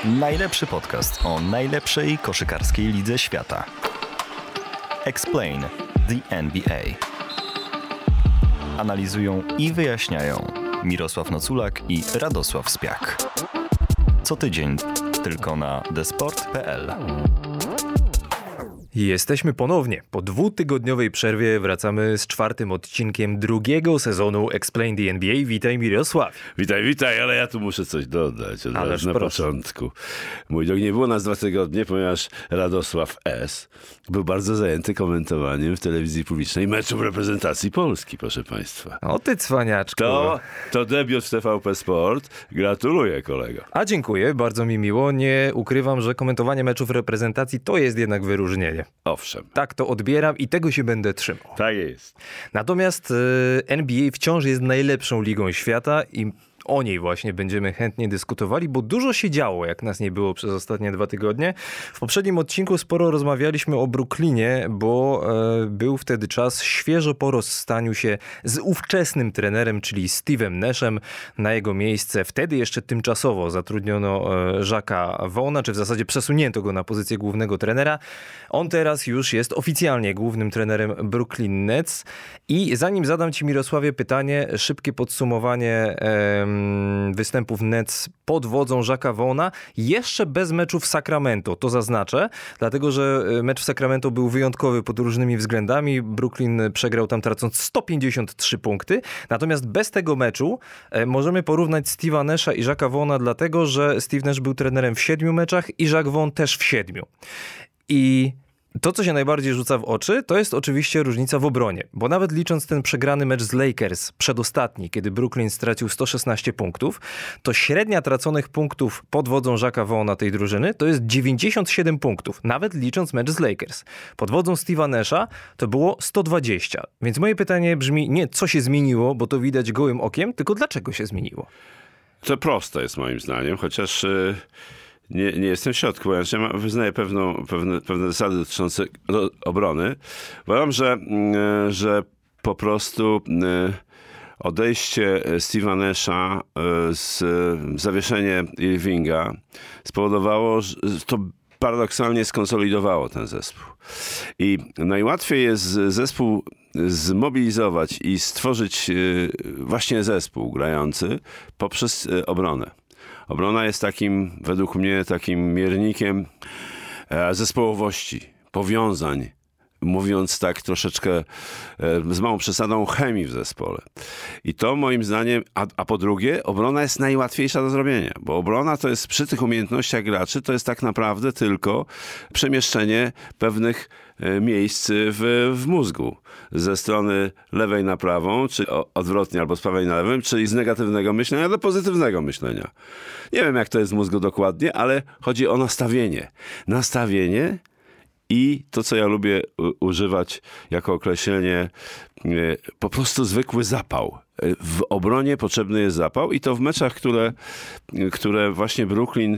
Najlepszy podcast o najlepszej koszykarskiej lidze świata. Explain the NBA. Analizują i wyjaśniają Mirosław Noculak i Radosław Spiak. Co tydzień tylko na thesport.pl. Jesteśmy ponownie. Po 2-tygodniowej przerwie wracamy z 4. odcinkiem drugiego sezonu Explain the NBA. Witaj, Mirosław. Witaj, ale ja tu muszę coś dodać na początku. Mój drogi, nie było nas 2 tygodnie, ponieważ Radosław S. był bardzo zajęty komentowaniem w telewizji publicznej meczów reprezentacji Polski, proszę państwa. O ty cwaniaczku. To debiut w TVP Sport. Gratuluję, kolego. A dziękuję, bardzo mi miło. Nie ukrywam, że komentowanie meczów reprezentacji to jest jednak wyróżnienie. Owszem. Tak to odbieram i tego się będę trzymał. Tak jest. Natomiast NBA wciąż jest najlepszą ligą świata i o niej właśnie będziemy chętnie dyskutowali, bo dużo się działo, jak nas nie było przez ostatnie 2 tygodnie. W poprzednim odcinku sporo rozmawialiśmy o Brooklynie, bo był wtedy czas świeżo po rozstaniu się z ówczesnym trenerem, czyli Steve'em Nashem. Na jego miejsce wtedy jeszcze tymczasowo zatrudniono Jacques'a Vaughna, czy w zasadzie przesunięto go na pozycję głównego trenera. On teraz już jest oficjalnie głównym trenerem Brooklyn Nets. I zanim zadam ci, Mirosławie, pytanie, szybkie podsumowanie występów Nets pod wodzą Jacques'a Vaughna, jeszcze bez meczu w Sacramento. To zaznaczę, dlatego że mecz w Sacramento był wyjątkowy pod różnymi względami. Brooklyn przegrał tam tracąc 153 punkty. Natomiast bez tego meczu możemy porównać Steve'a Nasha i Jacques'a Vaughna, dlatego że Steve Nash był trenerem w 7 meczach i Jacques Vaughn też w 7. I to, co się najbardziej rzuca w oczy, to jest oczywiście różnica w obronie, bo nawet licząc ten przegrany mecz z Lakers, przedostatni, kiedy Brooklyn stracił 116 punktów, to średnia traconych punktów pod wodzą Jacques'a Vaughna tej drużyny to jest 97 punktów, nawet licząc mecz z Lakers. Pod wodzą Steve'a Nasha to było 120. Więc moje pytanie brzmi nie co się zmieniło, bo to widać gołym okiem, tylko dlaczego się zmieniło? To proste jest moim zdaniem, chociaż nie jestem w środku, ponieważ ja wyznaję pewne zasady dotyczące obrony. Uważam, że po prostu odejście Steve'a Nasha zawieszenie Irvinga spowodowało, że to paradoksalnie skonsolidowało ten zespół. I najłatwiej jest zespół zmobilizować i stworzyć właśnie zespół grający poprzez obronę. Obrona jest według mnie takim miernikiem zespołowości, powiązań, mówiąc tak troszeczkę z małą przesadą, chemii w zespole. I to moim zdaniem, a po drugie, obrona jest najłatwiejsza do zrobienia, bo obrona to jest przy tych umiejętnościach graczy, to jest tak naprawdę tylko przemieszczenie pewnych miejsc w mózgu. Ze strony lewej na prawą, czy odwrotnie, albo z prawej na lewym, czyli z negatywnego myślenia do pozytywnego myślenia. Nie wiem, jak to jest w mózgu dokładnie, ale chodzi o nastawienie. Nastawienie i to, co ja lubię używać jako określenie, po prostu zwykły zapał. W obronie potrzebny jest zapał i to w meczach, które właśnie Brooklyn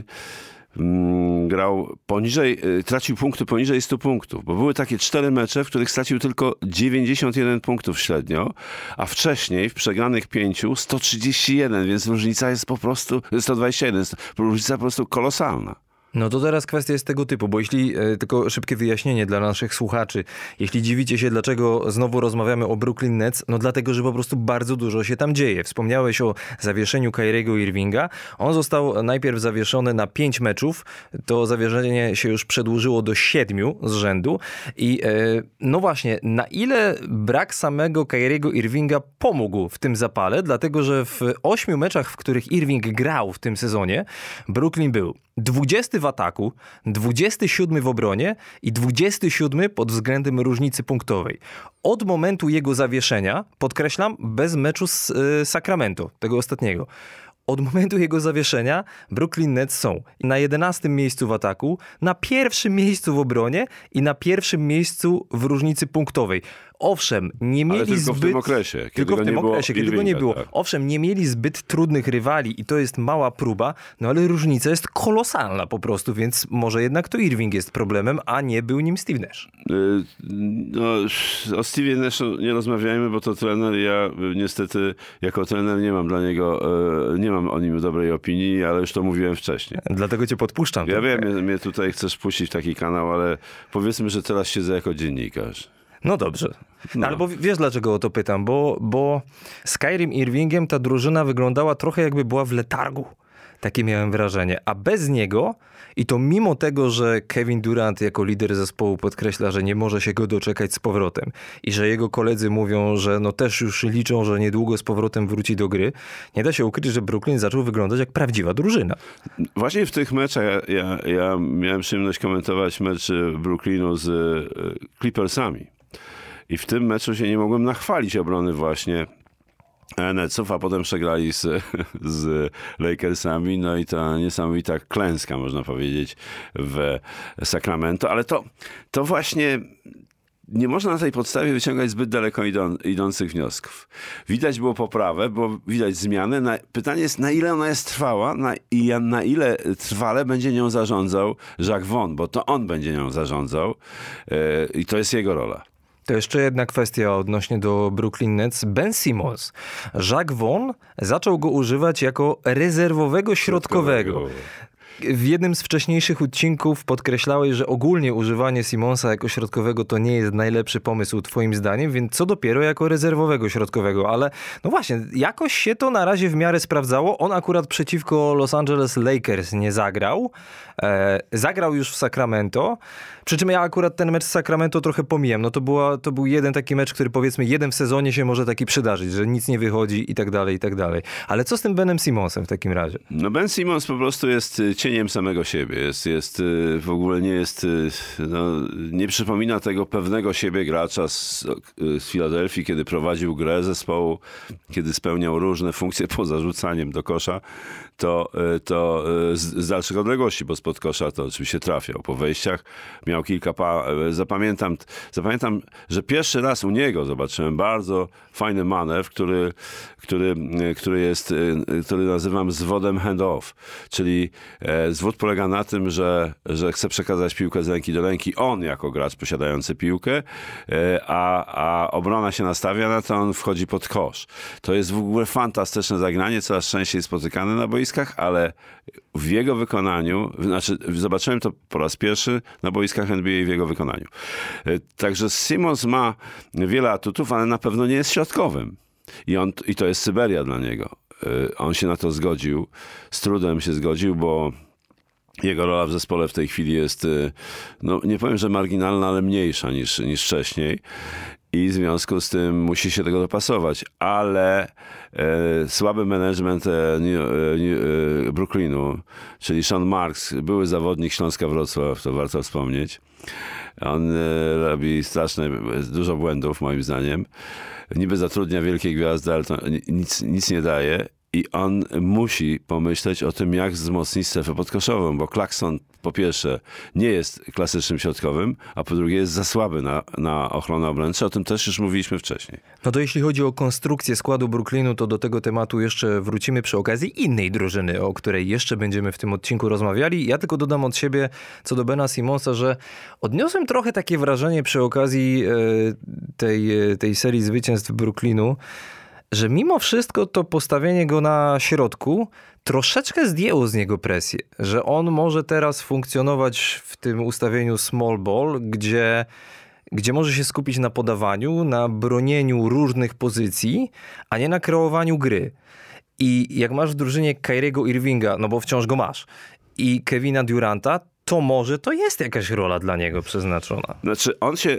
grał tracił punkty poniżej 100 punktów, bo były takie 4 mecze, w których stracił tylko 91 punktów średnio, a wcześniej w przegranych 5 131, więc różnica jest po prostu 121, różnica po prostu kolosalna. No to teraz kwestia jest tego typu, bo jeśli, tylko szybkie wyjaśnienie dla naszych słuchaczy, jeśli dziwicie się, dlaczego znowu rozmawiamy o Brooklyn Nets, no dlatego, że po prostu bardzo dużo się tam dzieje. Wspomniałeś o zawieszeniu Kyriego Irvinga. On został najpierw zawieszony na 5 meczów, to zawieszenie się już przedłużyło do 7 z rzędu i no właśnie, na ile brak samego Kyriego Irvinga pomógł w tym zapale, dlatego, że w 8 meczach, w których Irving grał w tym sezonie, Brooklyn był 20 w ataku, 27 w obronie i 27 pod względem różnicy punktowej. Od momentu jego zawieszenia, podkreślam, bez meczu z Sacramento, tego ostatniego. Od momentu jego zawieszenia Brooklyn Nets są na 11 miejscu w ataku, na 1. miejscu w obronie i na 1. miejscu w różnicy punktowej. Owszem, nie mieli ale tylko zbyt... w tym okresie. Tylko w tym okresie, kiedy go nie było. Tak. Owszem, nie mieli zbyt trudnych rywali i to jest mała próba, no ale różnica jest kolosalna po prostu, więc może jednak to Irving jest problemem, a nie był nim Steve Nash. No, o Steve Nashu nie rozmawiajmy, bo to trener, ja niestety jako trener nie mam dla niego, nie mam o nim dobrej opinii, ale już to mówiłem wcześniej. Dlatego cię podpuszczam. Ja wiem, mnie tutaj chcesz puścić w taki kanał, ale powiedzmy, że teraz siedzę jako dziennikarz. No dobrze. No. Albo wiesz, dlaczego o to pytam? Bo z Kyrim Irvingiem ta drużyna wyglądała trochę jakby była w letargu. Takie miałem wrażenie. A bez niego, i to mimo tego, że Kevin Durant jako lider zespołu podkreśla, że nie może się go doczekać z powrotem i że jego koledzy mówią, że no też już liczą, że niedługo z powrotem wróci do gry, nie da się ukryć, że Brooklyn zaczął wyglądać jak prawdziwa drużyna. Właśnie w tych meczach ja miałem przyjemność komentować mecz Brooklynu z Clippersami. I w tym meczu się nie mogłem nachwalić obrony właśnie Netsów, a potem przegrali z Lakersami, no i ta niesamowita klęska, można powiedzieć, w Sacramento, ale to właśnie nie można na tej podstawie wyciągać zbyt daleko idących wniosków. Widać było poprawę, bo widać zmianę. Pytanie jest, na ile ona jest trwała i na ile trwale będzie nią zarządzał Jacques Vaughn, bo to on będzie nią zarządzał i to jest jego rola. To jeszcze jedna kwestia odnośnie do Brooklyn Nets. Ben Simmons. Jacques Vaughn zaczął go używać jako rezerwowego środkowego. W jednym z wcześniejszych odcinków podkreślałeś, że ogólnie używanie Simmonsa jako środkowego to nie jest najlepszy pomysł twoim zdaniem, więc co dopiero jako rezerwowego środkowego, ale no właśnie, jakoś się to na razie w miarę sprawdzało. On akurat przeciwko Los Angeles Lakers nie zagrał. Zagrał już w Sacramento, przy czym ja akurat ten mecz z Sacramento trochę pomijam. No to był jeden taki mecz, który powiedzmy jeden w sezonie się może taki przydarzyć, że nic nie wychodzi i tak dalej, i tak dalej. Ale co z tym Benem Simmonsem w takim razie? No Ben Simmons po prostu jest cieniem samego siebie. Jest w ogóle nie jest, nie przypomina tego pewnego siebie gracza z Filadelfii, kiedy prowadził grę zespołu, kiedy spełniał różne funkcje poza rzucaniem do kosza, to z dalszych odległości, bo spod kosza to oczywiście trafiał. Po wejściach miał kilka Zapamiętam, że pierwszy raz u niego zobaczyłem bardzo fajny manewr, który nazywam zwodem hand-off. Czyli zwód polega na tym, że chce przekazać piłkę z ręki do ręki on jako gracz posiadający piłkę, a obrona się nastawia na to, on wchodzi pod kosz. To jest w ogóle fantastyczne zagranie, coraz częściej spotykane na boiskach, ale w jego wykonaniu, zobaczyłem to po raz pierwszy na boiskach NBA w jego wykonaniu. Także Simmons ma wiele atutów, ale na pewno nie jest środkowym. I to jest Syberia dla niego. On się na to zgodził, z trudem się zgodził, bo jego rola w zespole w tej chwili jest, no nie powiem, że marginalna, ale mniejsza niż wcześniej. I w związku z tym musi się tego dopasować. Ale słaby management Brooklynu, czyli Sean Marks, były zawodnik Śląska Wrocław, to warto wspomnieć. On robi dużo błędów moim zdaniem. Niby zatrudnia wielkie gwiazdy, ale to nic nie daje. I on musi pomyśleć o tym, jak wzmocnić strefę podkoszową, bo Claxton po pierwsze nie jest klasycznym środkowym, a po drugie jest za słaby na ochronę obręczną. O tym też już mówiliśmy wcześniej. No to jeśli chodzi o konstrukcję składu Brooklynu, to do tego tematu jeszcze wrócimy przy okazji innej drużyny, o której jeszcze będziemy w tym odcinku rozmawiali. Ja tylko dodam od siebie co do Bena Simmonsa, że odniosłem trochę takie wrażenie przy okazji tej serii zwycięstw Brooklynu, że mimo wszystko to postawienie go na środku troszeczkę zdjęło z niego presję, że on może teraz funkcjonować w tym ustawieniu small ball, gdzie może się skupić na podawaniu, na bronieniu różnych pozycji, a nie na kreowaniu gry. I jak masz w drużynie Kyriego Irvinga, no bo wciąż go masz, i Kevina Duranta, to może to jest jakaś rola dla niego przeznaczona. Znaczy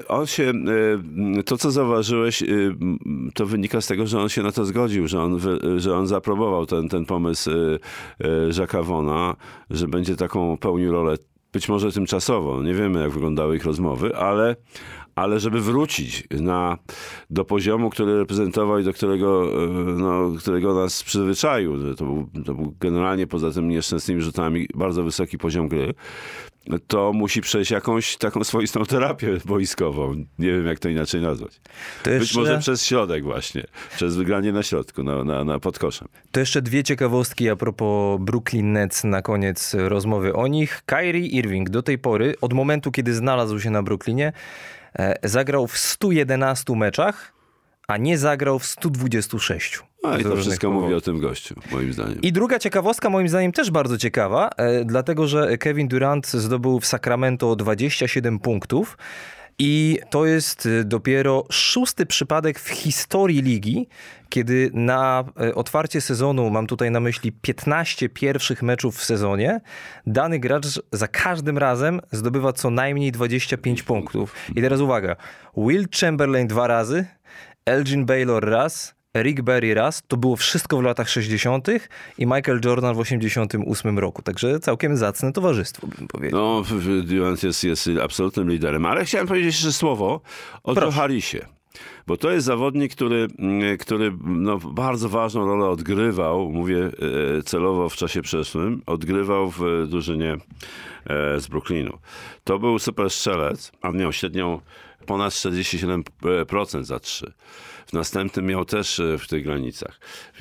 to co zauważyłeś, to wynika z tego, że on się na to zgodził, że on zaaprobował ten pomysł Jacques'a Vaughna, że będzie taką pełnił rolę, być może tymczasowo. Nie wiemy, jak wyglądały ich rozmowy, ale żeby wrócić do poziomu, który reprezentował i do którego nas przyzwyczaił. To był generalnie poza tym nieszczęsnymi rzutami bardzo wysoki poziom gry. to musi przejść jakąś taką swoistą terapię boiskową. Nie wiem, jak to inaczej nazwać. Być może przez środek właśnie. Przez wygranie na środku, pod koszem. To jeszcze dwie ciekawostki a propos Brooklyn Nets na koniec rozmowy o nich. Kyrie Irving do tej pory, od momentu, kiedy znalazł się na Brooklynie, zagrał w 111 meczach, a nie zagrał w 126. I to wszystko mówi o tym gościu, moim zdaniem. I druga ciekawostka, moim zdaniem też bardzo ciekawa, dlatego że Kevin Durant zdobył w Sacramento 27 punktów i to jest dopiero 6. przypadek w historii ligi, kiedy na otwarcie sezonu, mam tutaj na myśli 15 pierwszych meczów w sezonie, dany gracz za każdym razem zdobywa co najmniej 25 punktów. I teraz uwaga, Wilt Chamberlain 2 razy, Elgin Baylor raz, Rick Barry raz, to było wszystko w latach 60. i Michael Jordan w 88 roku. Także całkiem zacne towarzystwo, bym powiedział. No, Durant jest absolutnym liderem. Ale chciałem powiedzieć jeszcze słowo o Joe Harrisie. Bo to jest zawodnik, który bardzo ważną rolę odgrywał, mówię celowo w czasie przeszłym, odgrywał w drużynie z Brooklynu. To był super strzelec, a miał średnią ponad 47% za 3. W następnym miał też w tych granicach.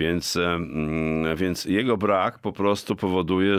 Więc jego brak po prostu powoduje,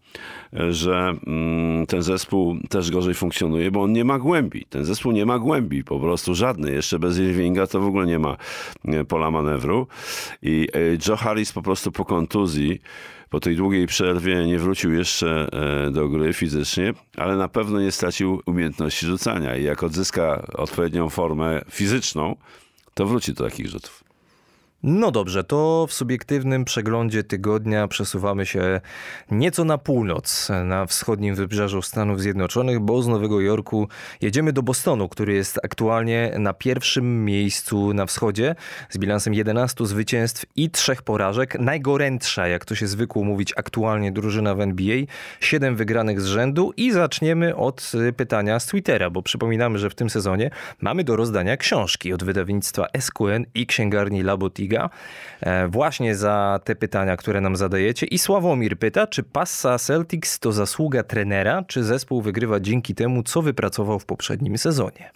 że ten zespół też gorzej funkcjonuje, bo on nie ma głębi. Ten zespół nie ma głębi, po prostu żadnej. Jeszcze bez Irvinga to w ogóle nie ma pola manewru. I Joe Harris po prostu po kontuzji, po tej długiej przerwie nie wrócił jeszcze do gry fizycznie, ale na pewno nie stracił umiejętności rzucania. I jak odzyska odpowiednią formę fizyczną, to wróci do takich rzutów. No dobrze, to w subiektywnym przeglądzie tygodnia przesuwamy się nieco na północ, na wschodnim wybrzeżu Stanów Zjednoczonych, bo z Nowego Jorku jedziemy do Bostonu, który jest aktualnie na pierwszym miejscu na wschodzie z bilansem 11 zwycięstw i 3 porażek. Najgorętsza, jak to się zwykło mówić, aktualnie drużyna w NBA. 7 wygranych z rzędu i zaczniemy od pytania z Twittera, bo przypominamy, że w tym sezonie mamy do rozdania książki od wydawnictwa SQN i księgarni Labotiga. Właśnie za te pytania, które nam zadajecie. I Sławomir pyta, czy passa Celtics to zasługa trenera, czy zespół wygrywa dzięki temu, co wypracował w poprzednim sezonie?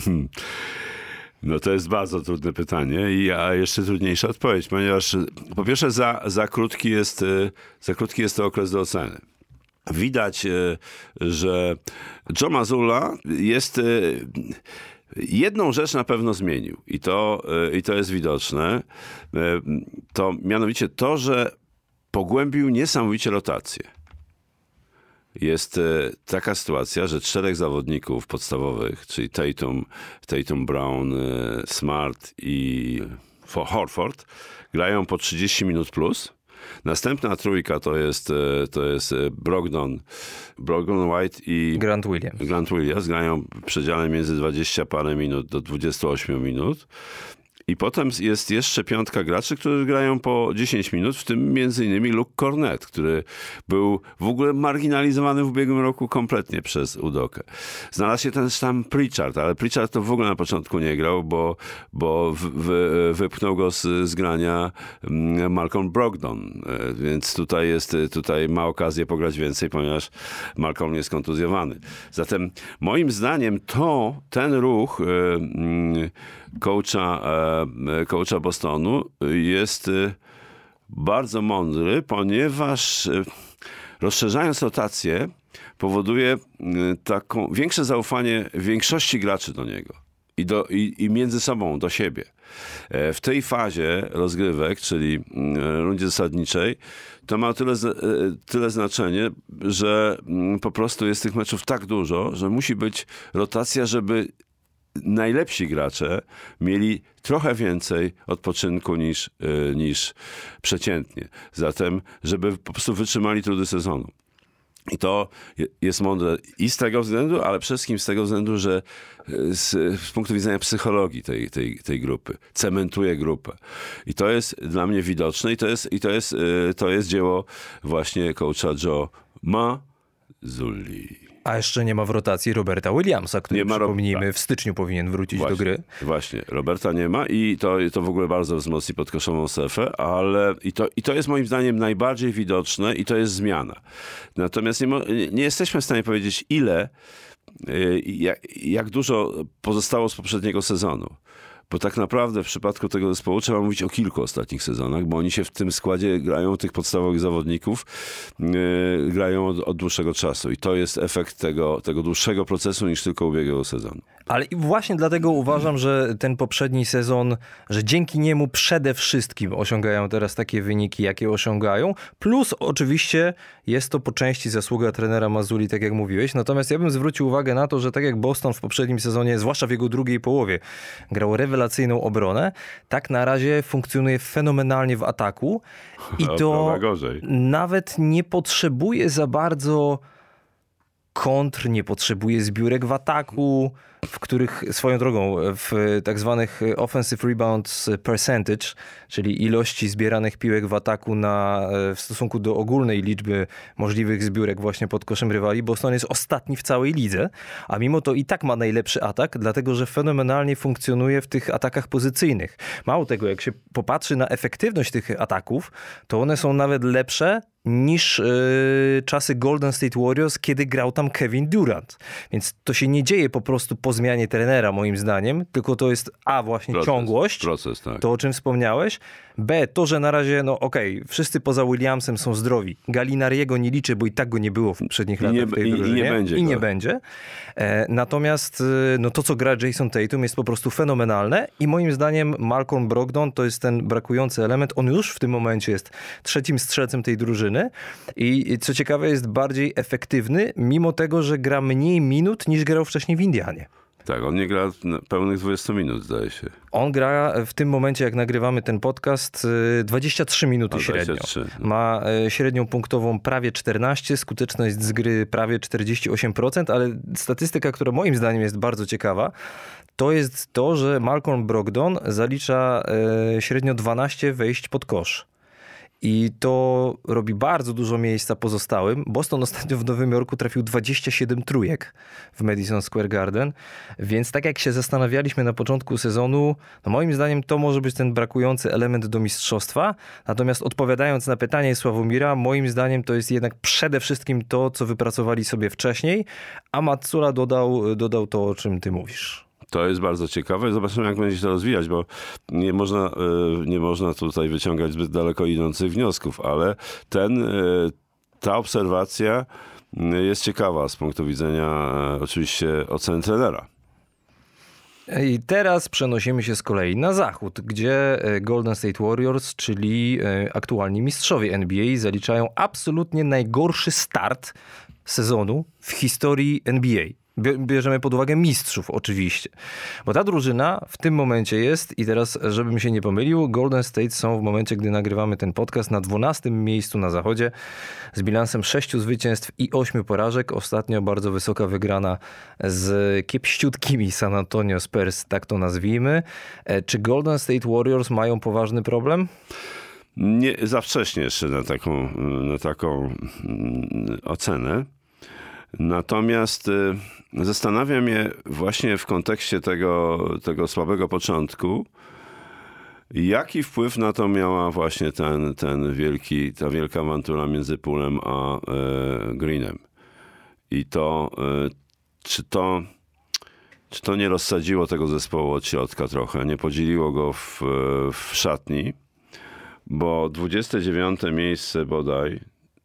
No to jest bardzo trudne pytanie a jeszcze trudniejsza odpowiedź, ponieważ po pierwsze za krótki jest to okres do oceny. Widać, że Joe Mazzulla jest... Jedną rzecz na pewno zmienił i to jest widoczne, to mianowicie to, że pogłębił niesamowicie rotację. Jest taka sytuacja, że 4 zawodników podstawowych, czyli Tatum, Brown, Smart i Horford grają po 30 minut plus. Następna trójka to jest Brogdon, White i Grant Williams. Grają w przedziale między 20 parę minut do 28 minut. I potem jest jeszcze 5 graczy, którzy grają po 10 minut, w tym między innymi Luke Cornett, który był w ogóle marginalizowany w ubiegłym roku kompletnie przez Udokę. Znalazł się też tam Pritchard, ale Pritchard to w ogóle na początku nie grał, bo wypchnął go z grania Malcolm Brogdon. Więc tutaj ma okazję pograć więcej, ponieważ Malcolm jest kontuzjowany. Zatem moim zdaniem ten ruch coacha Bostonu jest bardzo mądry, ponieważ rozszerzając rotację powoduje większe zaufanie większości graczy do niego i między sobą, do siebie. W tej fazie rozgrywek, czyli rundzie zasadniczej, to ma tyle znaczenie, że po prostu jest tych meczów tak dużo, że musi być rotacja, żeby najlepsi gracze mieli trochę więcej odpoczynku niż przeciętnie. Zatem, żeby po prostu wytrzymali trudy sezonu. I to jest mądre i z tego względu, ale przede wszystkim z tego względu, że z punktu widzenia psychologii tej grupy cementuje grupę. I to jest dla mnie widoczne to jest dzieło właśnie coacha Joe Mazzulli. A jeszcze nie ma w rotacji Roberta Williamsa, który, przypomnijmy, w styczniu powinien wrócić do gry. Właśnie, Roberta nie ma i to w ogóle bardzo wzmocni podkoszową strefę, ale i to jest moim zdaniem najbardziej widoczne i to jest zmiana. Natomiast nie jesteśmy w stanie powiedzieć, jak dużo pozostało z poprzedniego sezonu. Bo tak naprawdę w przypadku tego zespołu trzeba mówić o kilku ostatnich sezonach, bo oni się w tym składzie grają, tych podstawowych zawodników grają od dłuższego czasu. I to jest efekt tego dłuższego procesu niż tylko ubiegłego sezonu. Ale i właśnie dlatego uważam, że ten poprzedni sezon, że dzięki niemu przede wszystkim osiągają teraz takie wyniki, jakie osiągają. Plus oczywiście jest to po części zasługa trenera Mazzulli, tak jak mówiłeś. Natomiast ja bym zwrócił uwagę na to, że tak jak Boston w poprzednim sezonie, zwłaszcza w jego drugiej połowie, grał rewelacyjną obronę, tak na razie funkcjonuje fenomenalnie w ataku. I to nawet nie potrzebuje za bardzo kontr, nie potrzebuje zbiórek w ataku, w których swoją drogą w tak zwanych offensive rebounds percentage, czyli ilości zbieranych piłek w ataku w stosunku do ogólnej liczby możliwych zbiórek właśnie pod koszem rywali, Boston jest ostatni w całej lidze, a mimo to i tak ma najlepszy atak, dlatego że fenomenalnie funkcjonuje w tych atakach pozycyjnych. Mało tego, jak się popatrzy na efektywność tych ataków, to one są nawet lepsze niż czasy Golden State Warriors, kiedy grał tam Kevin Durant. Więc to się nie dzieje po prostu po zmianie trenera, moim zdaniem, tylko to jest właśnie ciągłość, tak. To o czym wspomniałeś, B, to, że na razie, wszyscy poza Williamsem są zdrowi. Gallinariego nie liczę, bo i tak go nie było w poprzednich latach w tej drużynie. I nie będzie. Natomiast to, co gra Jason Tatum, jest po prostu fenomenalne i moim zdaniem Malcolm Brogdon to jest ten brakujący element. On już w tym momencie jest trzecim strzelcem tej drużyny i co ciekawe jest bardziej efektywny, mimo tego, że gra mniej minut niż grał wcześniej w Indianie. Tak, on nie gra pełnych 20 minut, zdaje się. On gra w tym momencie, jak nagrywamy ten podcast, 23 minuty średnio. 23. Ma średnią punktową prawie 14, skuteczność z gry prawie 48%, ale statystyka, która moim zdaniem jest bardzo ciekawa, to jest to, że Malcolm Brogdon zalicza średnio 12 wejść pod kosz. I to robi bardzo dużo miejsca pozostałym. Boston ostatnio w Nowym Jorku trafił 27 trójek w Madison Square Garden, więc tak jak się zastanawialiśmy na początku sezonu, moim zdaniem to może być ten brakujący element do mistrzostwa. Natomiast odpowiadając na pytanie Sławomira, moim zdaniem to jest jednak przede wszystkim to, co wypracowali sobie wcześniej, a Mazzulla dodał to, o czym ty mówisz. To jest bardzo ciekawe. Zobaczymy, jak będzie się to rozwijać, bo nie można tutaj wyciągać zbyt daleko idących wniosków, ale ta obserwacja jest ciekawa z punktu widzenia oczywiście oceny trenera. I teraz przenosimy się z kolei na zachód, gdzie Golden State Warriors, czyli aktualni mistrzowie NBA, zaliczają absolutnie najgorszy start sezonu w historii NBA. Bierzemy pod uwagę mistrzów oczywiście, bo ta drużyna w tym momencie jest i teraz, żebym się nie pomylił, Golden State są w momencie, gdy nagrywamy ten podcast na 12. miejscu na zachodzie z bilansem 6 zwycięstw i 8 porażek. Ostatnio bardzo wysoka wygrana z kiepściutkimi San Antonio Spurs, tak to nazwijmy. Czy Golden State Warriors mają poważny problem? Nie, za wcześnie jeszcze na taką ocenę. Natomiast zastanawiam się właśnie w kontekście tego słabego początku, jaki wpływ na to miała właśnie ta wielka awantura między Poolem a Greenem. I czy to nie rozsadziło tego zespołu od środka trochę, nie podzieliło go w szatni, bo 29. miejsce bodaj,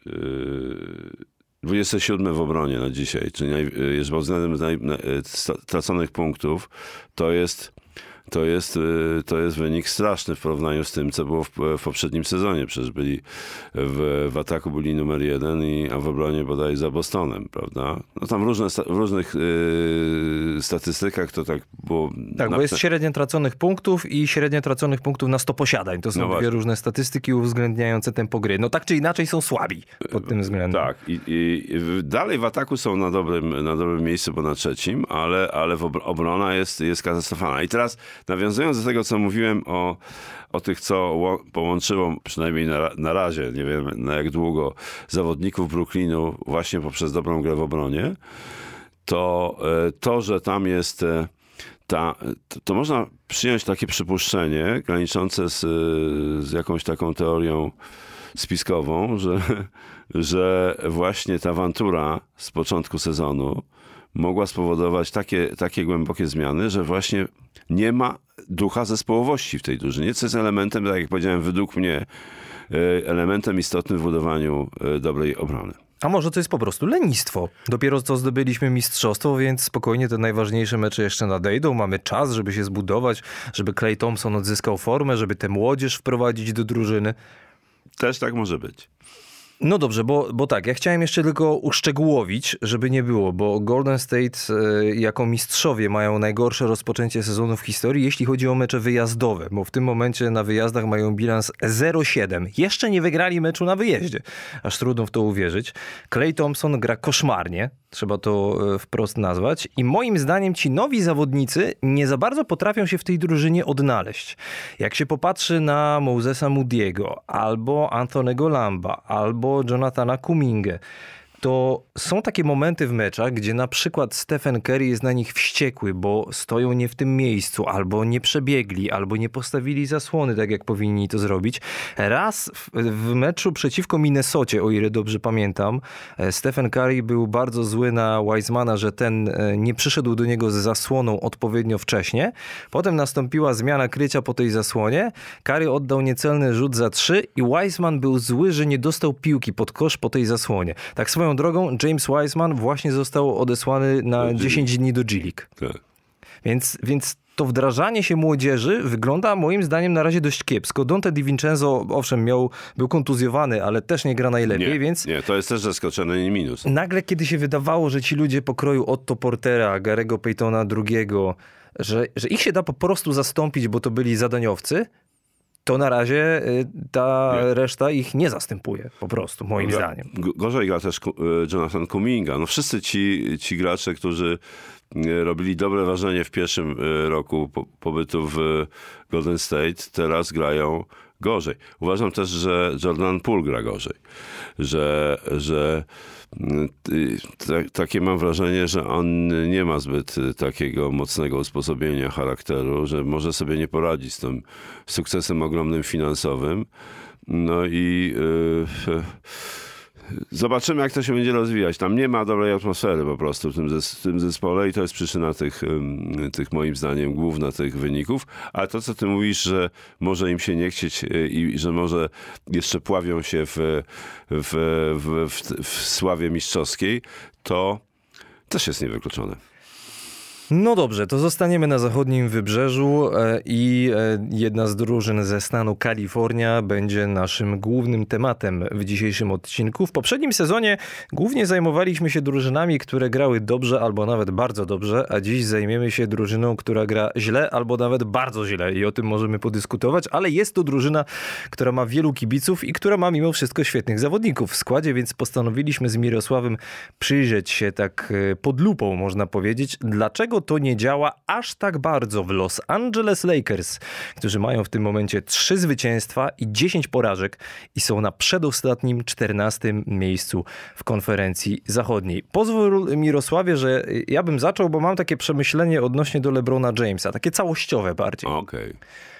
27 w obronie na dzisiaj, czyli pod względem straconych punktów, to jest wynik straszny w porównaniu z tym, co było w poprzednim sezonie. Przecież w ataku byli numer 1, a w obronie bodaj za Bostonem, prawda? No tam w różnych statystykach to tak było. Tak, bo jest średnia traconych punktów i średnia traconych punktów na 100 posiadań. To są dwie różne statystyki uwzględniające tempo gry. No tak czy inaczej są słabi pod tym względem. Tak. I dalej w ataku są na dobrym miejscu, bo na trzecim, ale obrona jest katastrofalna. I teraz nawiązując do tego, co mówiłem o tych, co połączyło, przynajmniej na razie, nie wiem na jak długo, zawodników Brooklynu właśnie poprzez dobrą grę w obronie, to że tam jest to można przyjąć takie przypuszczenie graniczące z jakąś taką teorią spiskową, że właśnie ta awantura z początku sezonu mogła spowodować takie głębokie zmiany, że właśnie nie ma ducha zespołowości w tej drużynie, co jest elementem, tak jak powiedziałem, według mnie elementem istotnym w budowaniu dobrej obrony. A może to jest po prostu lenistwo. Dopiero co zdobyliśmy mistrzostwo, więc spokojnie te najważniejsze mecze jeszcze nadejdą. Mamy czas, żeby się zbudować, żeby Klay Thompson odzyskał formę, żeby tę młodzież wprowadzić do drużyny. Też tak może być. No dobrze, bo tak, ja chciałem jeszcze tylko uszczegółowić, żeby nie było, bo Golden State jako mistrzowie mają najgorsze rozpoczęcie sezonu w historii, jeśli chodzi o mecze wyjazdowe, bo w tym momencie na wyjazdach mają bilans 0-7. Jeszcze nie wygrali meczu na wyjeździe. Aż trudno w to uwierzyć. Klay Thompson gra koszmarnie, trzeba to wprost nazwać. I moim zdaniem ci nowi zawodnicy nie za bardzo potrafią się w tej drużynie odnaleźć. Jak się popatrzy na Mosesa Moody'ego, albo Anthony'ego Lamba, albo Jonathana Kumingę, to są takie momenty w meczach, gdzie na przykład Stephen Curry jest na nich wściekły, bo stoją nie w tym miejscu, albo nie przebiegli, albo nie postawili zasłony tak, jak powinni to zrobić. Raz w meczu przeciwko Minnesocie, o ile dobrze pamiętam, Stephen Curry był bardzo zły na Wisemana, że ten nie przyszedł do niego z zasłoną odpowiednio wcześnie. Potem nastąpiła zmiana krycia po tej zasłonie. Curry oddał niecelny rzut za 3 i Wiseman był zły, że nie dostał piłki pod kosz po tej zasłonie. Tak swoją drogą, James Wiseman właśnie został odesłany na 10 dni do G League. Tak. Więc to wdrażanie się młodzieży wygląda moim zdaniem na razie dość kiepsko. Dante DiVincenzo, owszem, był kontuzjowany, ale też nie gra najlepiej, więc... Nie, to jest też zaskoczony minus. Nagle, kiedy się wydawało, że ci ludzie pokroju Otto Portera, Gary'ego Paytona II, że ich się da po prostu zastąpić, bo to byli zadaniowcy, to na razie reszta ich nie zastępuje, po prostu, moim zdaniem. Gorzej gra też Jonathan Kuminga. No wszyscy ci gracze, którzy robili dobre wrażenie w pierwszym roku pobytu w Golden State, teraz grają gorzej. Uważam też, że Jordan Poole gra gorzej. Że takie mam wrażenie, że on nie ma zbyt takiego mocnego usposobienia charakteru, że może sobie nie poradzić z tym sukcesem ogromnym finansowym. No i zobaczymy, jak to się będzie rozwijać. Tam nie ma dobrej atmosfery po prostu w tym zespole i to jest przyczyna tych moim zdaniem główna tych wyników. A to, co ty mówisz, że może im się nie chcieć i że może jeszcze pławią się w sławie mistrzowskiej, to też jest niewykluczone. No dobrze, to zostaniemy na zachodnim wybrzeżu i jedna z drużyn ze stanu Kalifornia będzie naszym głównym tematem w dzisiejszym odcinku. W poprzednim sezonie głównie zajmowaliśmy się drużynami, które grały dobrze albo nawet bardzo dobrze, a dziś zajmiemy się drużyną, która gra źle albo nawet bardzo źle i o tym możemy podyskutować, ale jest to drużyna, która ma wielu kibiców i która ma mimo wszystko świetnych zawodników w składzie, więc postanowiliśmy z Mirosławem przyjrzeć się tak pod lupą, można powiedzieć, dlaczego to nie działa aż tak bardzo w Los Angeles Lakers, którzy mają w tym momencie 3 zwycięstwa i 10 porażek i są na przedostatnim 14 miejscu w konferencji zachodniej. Pozwól, Mirosławie, że ja bym zaczął, bo mam takie przemyślenie odnośnie do LeBrona Jamesa, takie całościowe bardziej. Okej.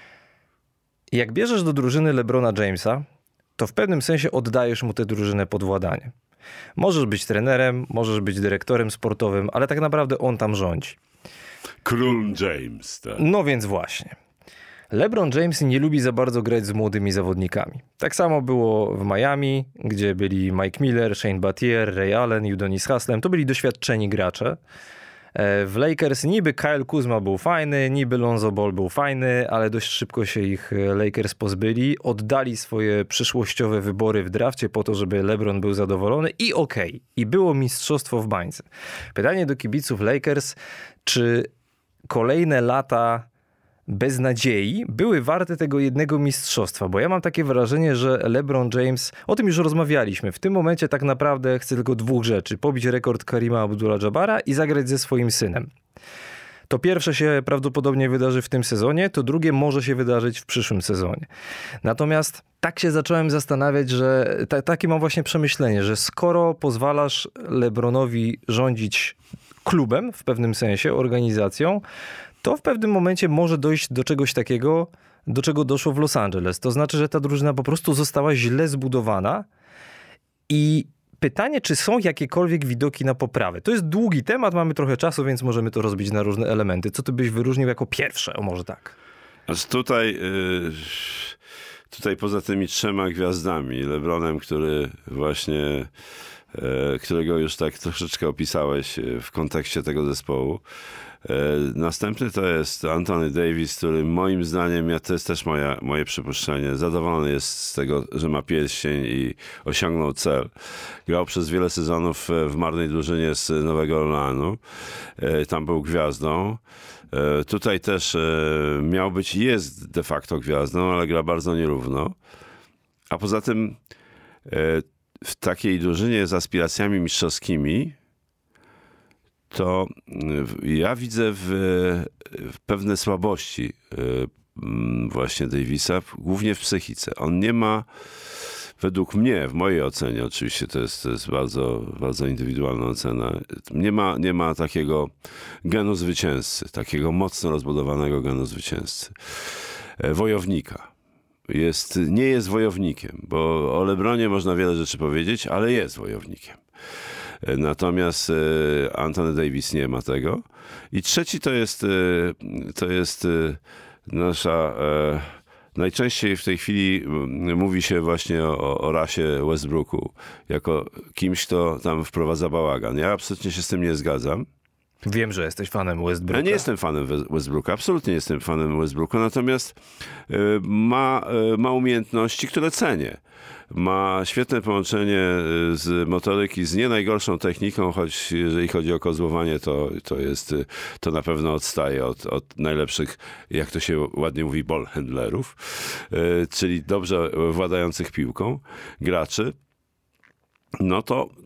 Jak bierzesz do drużyny LeBrona Jamesa, to w pewnym sensie oddajesz mu tę drużynę pod władanie. Możesz być trenerem, możesz być dyrektorem sportowym, ale tak naprawdę on tam rządzi. Król James. Tak. No więc właśnie. LeBron James nie lubi za bardzo grać z młodymi zawodnikami. Tak samo było w Miami, gdzie byli Mike Miller, Shane Battier, Ray Allen, Udonis Haslem. To byli doświadczeni gracze. W Lakers niby Kyle Kuzma był fajny, niby Lonzo Ball był fajny, ale dość szybko się ich Lakers pozbyli. Oddali swoje przyszłościowe wybory w drafcie po to, żeby LeBron był zadowolony i okej. I było mistrzostwo w bańce. Pytanie do kibiców Lakers, czy kolejne lata bez nadziei były warte tego jednego mistrzostwa, bo ja mam takie wrażenie, że LeBron James, o tym już rozmawialiśmy, w tym momencie tak naprawdę chce tylko 2 rzeczy. Pobić rekord Karima Abdul-Jabbara i zagrać ze swoim synem. To pierwsze się prawdopodobnie wydarzy w tym sezonie, to drugie może się wydarzyć w przyszłym sezonie. Natomiast tak się zacząłem zastanawiać, że takie mam właśnie przemyślenie, że skoro pozwalasz LeBronowi rządzić klubem w pewnym sensie, organizacją, to w pewnym momencie może dojść do czegoś takiego, do czego doszło w Los Angeles. To znaczy, że ta drużyna po prostu została źle zbudowana i pytanie, czy są jakiekolwiek widoki na poprawę. To jest długi temat, mamy trochę czasu, więc możemy to rozbić na różne elementy. Co ty byś wyróżnił jako pierwsze? O, może tak. Znaczy tutaj poza tymi 3 gwiazdami, LeBronem, który właśnie, którego już tak troszeczkę opisałeś w kontekście tego zespołu. Następny to jest Anthony Davis, który moim zdaniem, to jest też moje przypuszczenie, zadowolony jest z tego, że ma pierścień i osiągnął cel. Grał przez wiele sezonów w marnej drużynie z Nowego Orleanu. Tam był gwiazdą. Tutaj też miał być i jest de facto gwiazdą, ale gra bardzo nierówno. A poza tym w takiej drużynie z aspiracjami mistrzowskimi to ja widzę w pewne słabości właśnie Davisa, głównie w psychice. On nie ma, według mnie, w mojej ocenie, oczywiście to jest bardzo, bardzo indywidualna ocena, nie ma takiego genu zwycięzcy, takiego mocno rozbudowanego genu zwycięzcy. Wojownika. Nie jest wojownikiem, bo o LeBronie można wiele rzeczy powiedzieć, ale jest wojownikiem. Natomiast Anthony Davis nie ma tego. I trzeci to jest nasza... Najczęściej w tej chwili mówi się właśnie o rasie Westbrooku jako kimś, kto tam wprowadza bałagan. Ja absolutnie się z tym nie zgadzam. Wiem, że jesteś fanem Westbrooka. Ja nie jestem fanem Westbrooka, absolutnie nie jestem fanem Westbrooka, natomiast ma umiejętności, które cenię. Ma świetne połączenie z motoryki, z nie najgorszą techniką, choć jeżeli chodzi o kozłowanie, to na pewno odstaje od najlepszych, jak to się ładnie mówi, ball handlerów, czyli dobrze władających piłką graczy. No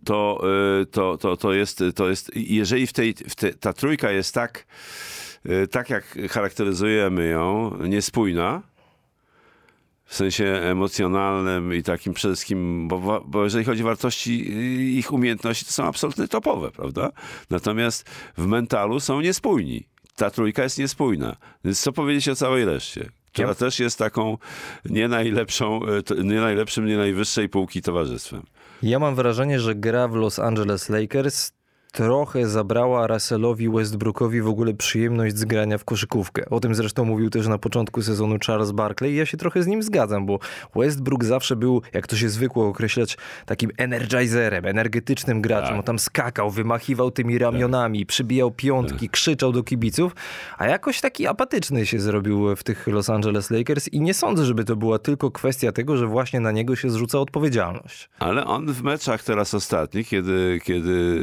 to jest, jeżeli ta trójka jest tak jak charakteryzujemy ją, niespójna, w sensie emocjonalnym i takim przede wszystkim, bo jeżeli chodzi o wartości ich umiejętności, to są absolutnie topowe, prawda? Natomiast w mentalu są niespójni. Ta trójka jest niespójna. Więc co powiedzieć o całej reszcie? Która też jest taką nie najlepszym, nie najwyższej półki towarzystwem. Ja mam wrażenie, że gra w Los Angeles Lakers trochę zabrała Russellowi Westbrookowi w ogóle przyjemność z grania w koszykówkę. O tym zresztą mówił też na początku sezonu Charles Barkley i ja się trochę z nim zgadzam, bo Westbrook zawsze był, jak to się zwykło określać, takim energizerem, energetycznym graczem. On tam skakał, wymachiwał tymi ramionami, przybijał piątki, krzyczał do kibiców, a jakoś taki apatyczny się zrobił w tych Los Angeles Lakers i nie sądzę, żeby to była tylko kwestia tego, że właśnie na niego się zrzuca odpowiedzialność. Ale on w meczach teraz ostatnich, kiedy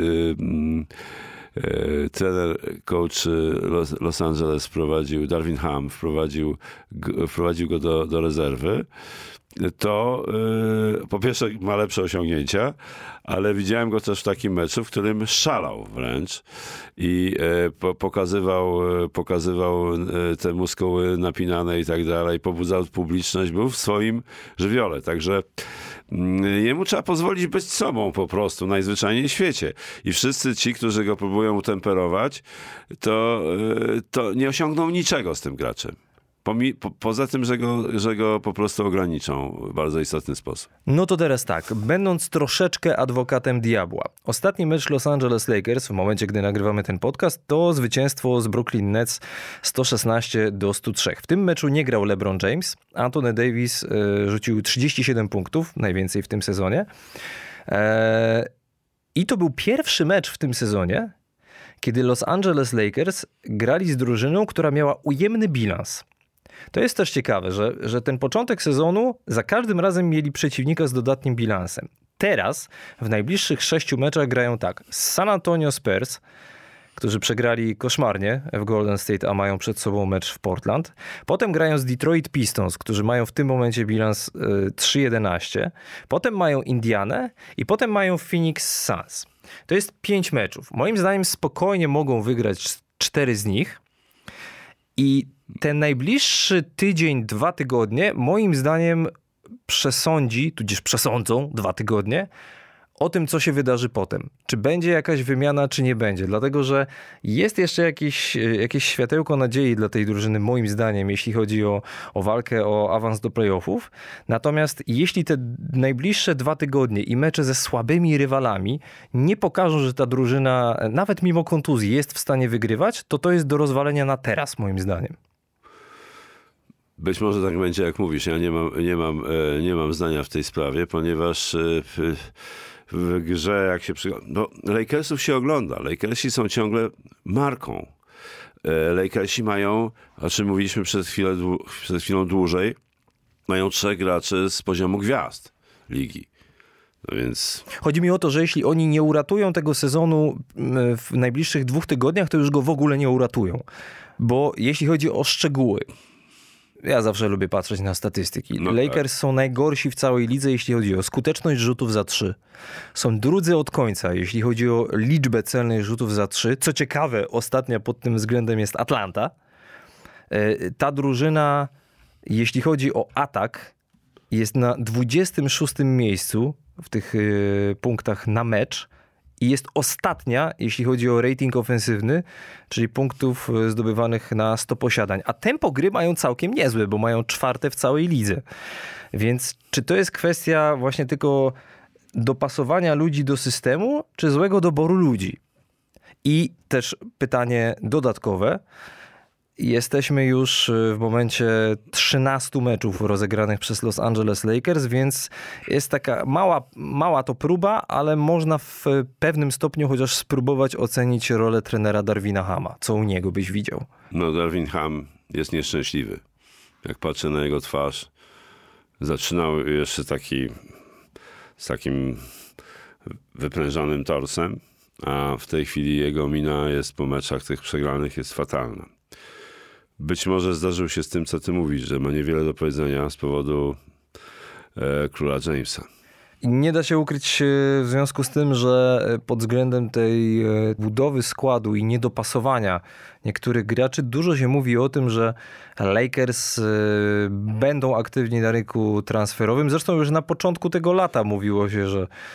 trener, coach Los Angeles Darvin Ham wprowadził go do rezerwy, to po pierwsze ma lepsze osiągnięcia, ale widziałem go też w takim meczu, w którym szalał wręcz i pokazywał te muskuły napinane i tak dalej, pobudzał publiczność, był w swoim żywiole, także jemu trzeba pozwolić być sobą po prostu, najzwyczajniej w świecie. I wszyscy ci, którzy go próbują utemperować, to nie osiągną niczego z tym graczem. Poza tym, że go po prostu ograniczą w bardzo istotny sposób. No to teraz tak, będąc troszeczkę adwokatem diabła. Ostatni mecz Los Angeles Lakers, w momencie, gdy nagrywamy ten podcast, to zwycięstwo z Brooklyn Nets 116-103. W tym meczu nie grał LeBron James. Anthony Davis rzucił 37 punktów, najwięcej w tym sezonie. I to był pierwszy mecz w tym sezonie, kiedy Los Angeles Lakers grali z drużyną, która miała ujemny bilans. To jest też ciekawe, że ten początek sezonu za każdym razem mieli przeciwnika z dodatnim bilansem. Teraz w najbliższych 6 meczach grają tak. Z San Antonio Spurs, którzy przegrali koszmarnie w Golden State, a mają przed sobą mecz w Portland. Potem grają z Detroit Pistons, którzy mają w tym momencie bilans 3-11. Potem mają Indianę i potem mają Phoenix Suns. To jest 5 meczów. Moim zdaniem spokojnie mogą wygrać 4 z nich. I ten najbliższy tydzień, 2 tygodnie, moim zdaniem przesądzi, tudzież przesądzą 2 tygodnie, o tym, co się wydarzy potem. Czy będzie jakaś wymiana, czy nie będzie. Dlatego, że jest jeszcze jakieś światełko nadziei dla tej drużyny, moim zdaniem, jeśli chodzi o walkę o awans do playoffów. Natomiast jeśli te najbliższe 2 tygodnie i mecze ze słabymi rywalami nie pokażą, że ta drużyna, nawet mimo kontuzji, jest w stanie wygrywać, to jest do rozwalenia na teraz, moim zdaniem. Być może tak będzie, jak mówisz. Ja nie mam zdania w tej sprawie, ponieważ w grze, jak się no, Lakersów się ogląda. Lakersi są ciągle marką. Lakersi mają, o czym mówiliśmy przed chwilą dłużej, mają 3 graczy z poziomu gwiazd ligi. No więc... Chodzi mi o to, że jeśli oni nie uratują tego sezonu w najbliższych 2 tygodniach, to już go w ogóle nie uratują. Bo jeśli chodzi o szczegóły, ja zawsze lubię patrzeć na statystyki. No Lakers są najgorsi w całej lidze, jeśli chodzi o skuteczność rzutów za 3. Są drudzy od końca, jeśli chodzi o liczbę celnych rzutów za 3. Co ciekawe, ostatnia pod tym względem jest Atlanta. Ta drużyna, jeśli chodzi o atak, jest na 26. miejscu w tych punktach na mecz. I jest ostatnia, jeśli chodzi o rating ofensywny, czyli punktów zdobywanych na 100 posiadań. A tempo gry mają całkiem niezłe, bo mają 4. w całej lidze. Więc czy to jest kwestia właśnie tylko dopasowania ludzi do systemu, czy złego doboru ludzi? I też pytanie dodatkowe. Jesteśmy już w momencie 13 meczów rozegranych przez Los Angeles Lakers, więc jest taka mała to próba, ale można w pewnym stopniu chociaż spróbować ocenić rolę trenera Darvina Hama. Co u niego byś widział? No, Darvin Ham jest nieszczęśliwy. Jak patrzę na jego twarz, zaczynał jeszcze z takim wyprężonym torsem, a w tej chwili jego mina jest po meczach tych przegranych jest fatalna. Być może zdarzył się z tym, co ty mówisz, że ma niewiele do powiedzenia z powodu króla Jamesa. Nie da się ukryć w związku z tym, że pod względem tej budowy składu i niedopasowania niektórych graczy dużo się mówi o tym, że Lakers będą aktywni na rynku transferowym. Zresztą już na początku tego lata mówiło się,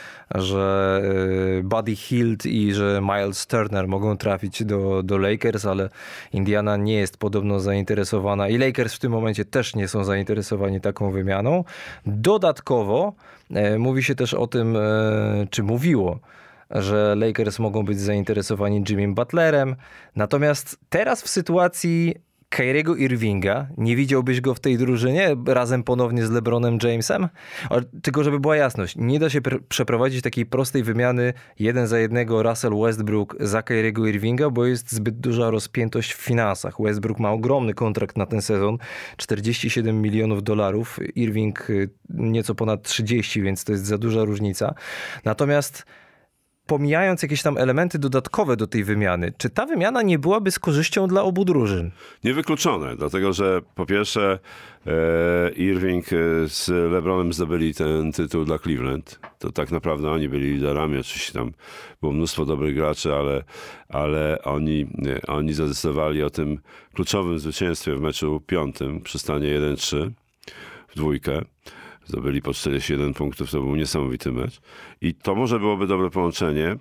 że Buddy Hield i że Miles Turner mogą trafić do Lakers, ale Indiana nie jest podobno zainteresowana i Lakers w tym momencie też nie są zainteresowani taką wymianą. Dodatkowo mówi się też o tym, czy mówiło, że Lakers mogą być zainteresowani Jimmym Butlerem. Natomiast teraz w sytuacji Kyriego Irvinga, nie widziałbyś go w tej drużynie razem ponownie z LeBronem Jamesem? Tylko żeby była jasność, nie da się przeprowadzić takiej prostej wymiany 1 za 1 Russell Westbrook za Kyriego Irvinga, bo jest zbyt duża rozpiętość w finansach. Westbrook ma ogromny kontrakt na ten sezon, $47 milionów, Irving nieco ponad 30, więc to jest za duża różnica. Natomiast pomijając jakieś tam elementy dodatkowe do tej wymiany, czy ta wymiana nie byłaby z korzyścią dla obu drużyn? Niewykluczone, dlatego że po pierwsze Irving z LeBronem zdobyli ten tytuł dla Cleveland. To tak naprawdę oni byli liderami, oczywiście tam było mnóstwo dobrych graczy, ale oni zadecydowali o tym kluczowym zwycięstwie w meczu 5 przy stanie 1-3 w dwójkę. Zdobyli po 41 punktów, to był niesamowity mecz. I to może byłoby dobre połączenie,